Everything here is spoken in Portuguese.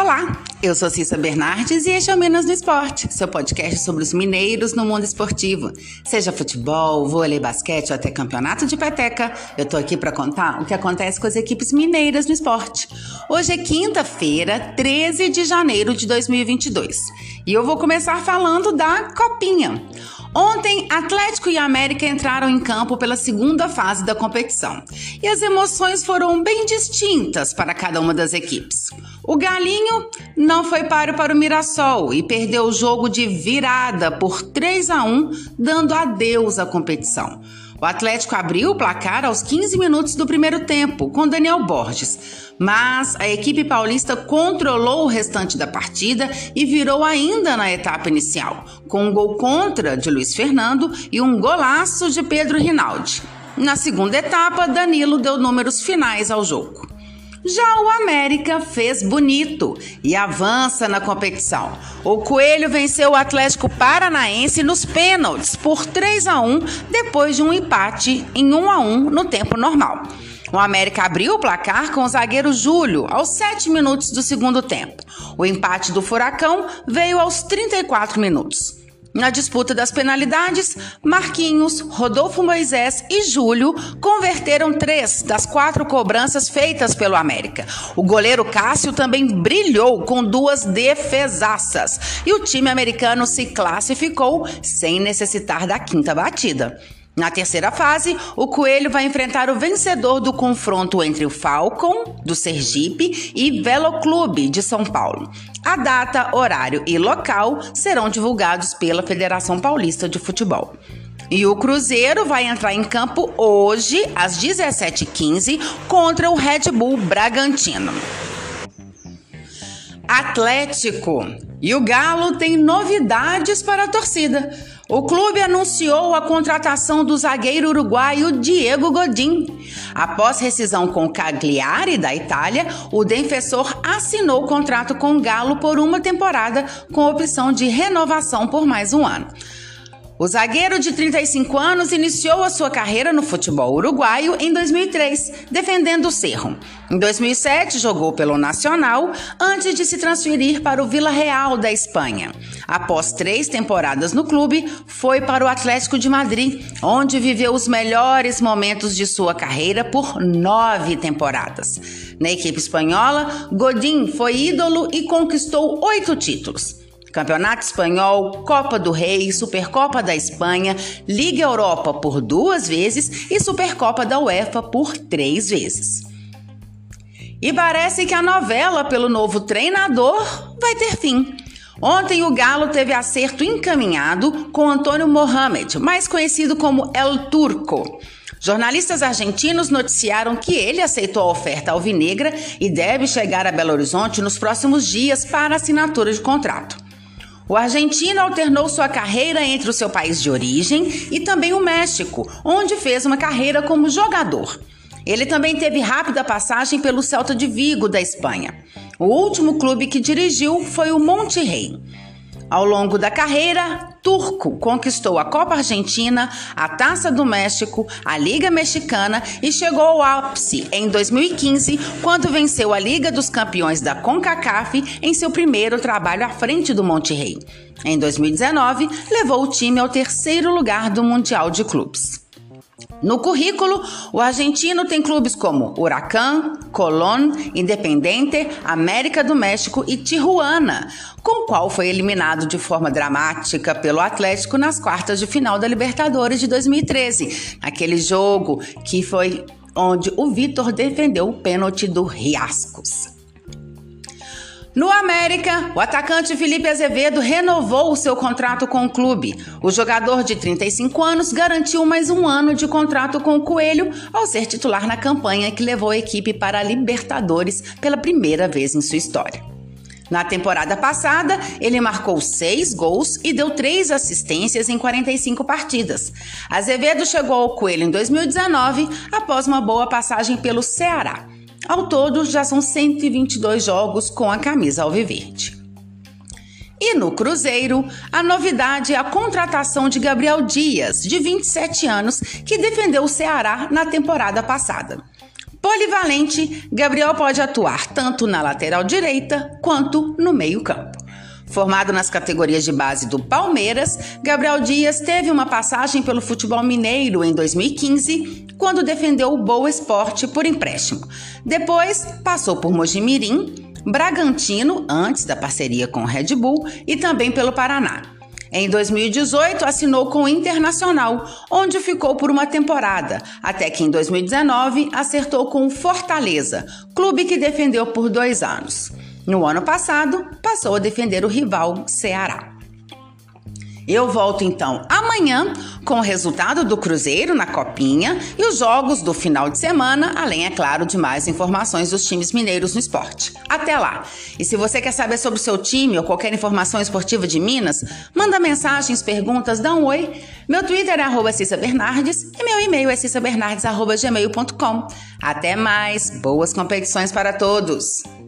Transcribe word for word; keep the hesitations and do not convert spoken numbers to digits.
Olá, eu sou Cissa Bernardes e este é o Minas no Esporte, seu podcast sobre os mineiros no mundo esportivo. Seja futebol, vôlei, basquete ou até campeonato de peteca, eu tô aqui para contar o que acontece com as equipes mineiras no esporte. Hoje é quinta-feira, treze de janeiro de dois mil e vinte e dois, e eu vou começar falando da Copinha. Ontem, Atlético e América entraram em campo pela segunda fase da competição e as emoções foram bem distintas para cada uma das equipes. O Galinho não foi páreo para o Mirassol e perdeu o jogo de virada por três a um, dando adeus à competição. O Atlético abriu o placar aos quinze minutos do primeiro tempo, com Daniel Borges, mas a equipe paulista controlou o restante da partida e virou ainda na etapa inicial, com um gol contra de Luiz Fernando e um golaço de Pedro Rinaldi. Na segunda etapa, Danilo deu números finais ao jogo. Já o América fez bonito e avança na competição. O Coelho venceu o Atlético Paranaense nos pênaltis por três a um, depois de um empate em um a um no tempo normal. O América abriu o placar com o zagueiro Júlio aos sete minutos do segundo tempo. O empate do Furacão veio aos trinta e quatro minutos. Na disputa das penalidades, Marquinhos, Rodolfo Moisés e Júlio converteram três das quatro cobranças feitas pelo América. O goleiro Cássio também brilhou com duas defesaças e o time americano se classificou sem necessitar da quinta batida. Na terceira fase, o Coelho vai enfrentar o vencedor do confronto entre o Falcon, do Sergipe, e Veloclube, de São Paulo. A data, horário e local serão divulgados pela Federação Paulista de Futebol. E o Cruzeiro vai entrar em campo hoje, às dezessete e quinze, contra o Red Bull Bragantino. Atlético. E o Galo tem novidades para a torcida. O clube anunciou a contratação do zagueiro uruguaio Diego Godin. Após rescisão com Cagliari da Itália, o defensor assinou o contrato com o Galo por uma temporada com opção de renovação por mais um ano. O zagueiro de trinta e cinco anos iniciou a sua carreira no futebol uruguaio em dois mil e três, defendendo o Cerro. Em dois mil e sete, jogou pelo Nacional, antes de se transferir para o Vila Real da Espanha. Após três temporadas no clube, foi para o Atlético de Madrid, onde viveu os melhores momentos de sua carreira por nove temporadas. Na equipe espanhola, Godin foi ídolo e conquistou oito títulos. Campeonato Espanhol, Copa do Rei, Supercopa da Espanha, Liga Europa por duas vezes e Supercopa da UEFA por três vezes. E parece que a novela pelo novo treinador vai ter fim. Ontem o Galo teve acerto encaminhado com Antônio Mohamed, mais conhecido como El Turco. Jornalistas argentinos noticiaram que ele aceitou a oferta alvinegra e deve chegar a Belo Horizonte nos próximos dias para assinatura de contrato. O argentino alternou sua carreira entre o seu país de origem e também o México, onde fez uma carreira como jogador. Ele também teve rápida passagem pelo Celta de Vigo, da Espanha. O último clube que dirigiu foi o Monterrey. Ao longo da carreira, Turco conquistou a Copa Argentina, a Taça do México, a Liga Mexicana e chegou ao ápice em dois mil e quinze, quando venceu a Liga dos Campeões da CONCACAF em seu primeiro trabalho à frente do Monterrey. Em dois mil e dezenove, levou o time ao terceiro lugar do Mundial de Clubes. No currículo, o argentino tem clubes como Huracán, Colón, Independiente, América do México e Tijuana, com o qual foi eliminado de forma dramática pelo Atlético nas quartas de final da Libertadores de dois mil e treze, naquele jogo que foi onde o Vitor defendeu o pênalti do Riascos. No América, o atacante Felipe Azevedo renovou o seu contrato com o clube. O jogador de trinta e cinco anos garantiu mais um ano de contrato com o Coelho ao ser titular na campanha que levou a equipe para a Libertadores pela primeira vez em sua história. Na temporada passada, ele marcou seis gols e deu três assistências em quarenta e cinco partidas. Azevedo chegou ao Coelho em dois mil e dezenove após uma boa passagem pelo Ceará. Ao todo, já são cento e vinte e dois jogos com a camisa alviverde. E no Cruzeiro, a novidade é a contratação de Gabriel Dias, de vinte e sete anos, que defendeu o Ceará na temporada passada. Polivalente, Gabriel pode atuar tanto na lateral direita quanto no meio-campo. Formado nas categorias de base do Palmeiras, Gabriel Dias teve uma passagem pelo futebol mineiro em dois mil e quinze, quando defendeu o Boa Esporte por empréstimo. Depois, passou por Mojimirim, Bragantino, antes da parceria com o Red Bull, e também pelo Paraná. Em dois mil e dezoito, assinou com o Internacional, onde ficou por uma temporada, até que em dois mil e dezenove acertou com o Fortaleza, clube que defendeu por dois anos. No ano passado, passou a defender o rival Ceará. Eu volto então amanhã com o resultado do Cruzeiro na Copinha e os jogos do final de semana, além, é claro, de mais informações dos times mineiros no esporte. Até lá! E se você quer saber sobre o seu time ou qualquer informação esportiva de Minas, manda mensagens, perguntas, dá um oi. Meu Twitter é arroba Cissa Bernardes e meu e-mail é cissabernardes arroba gmail ponto com. Até mais! Boas competições para todos!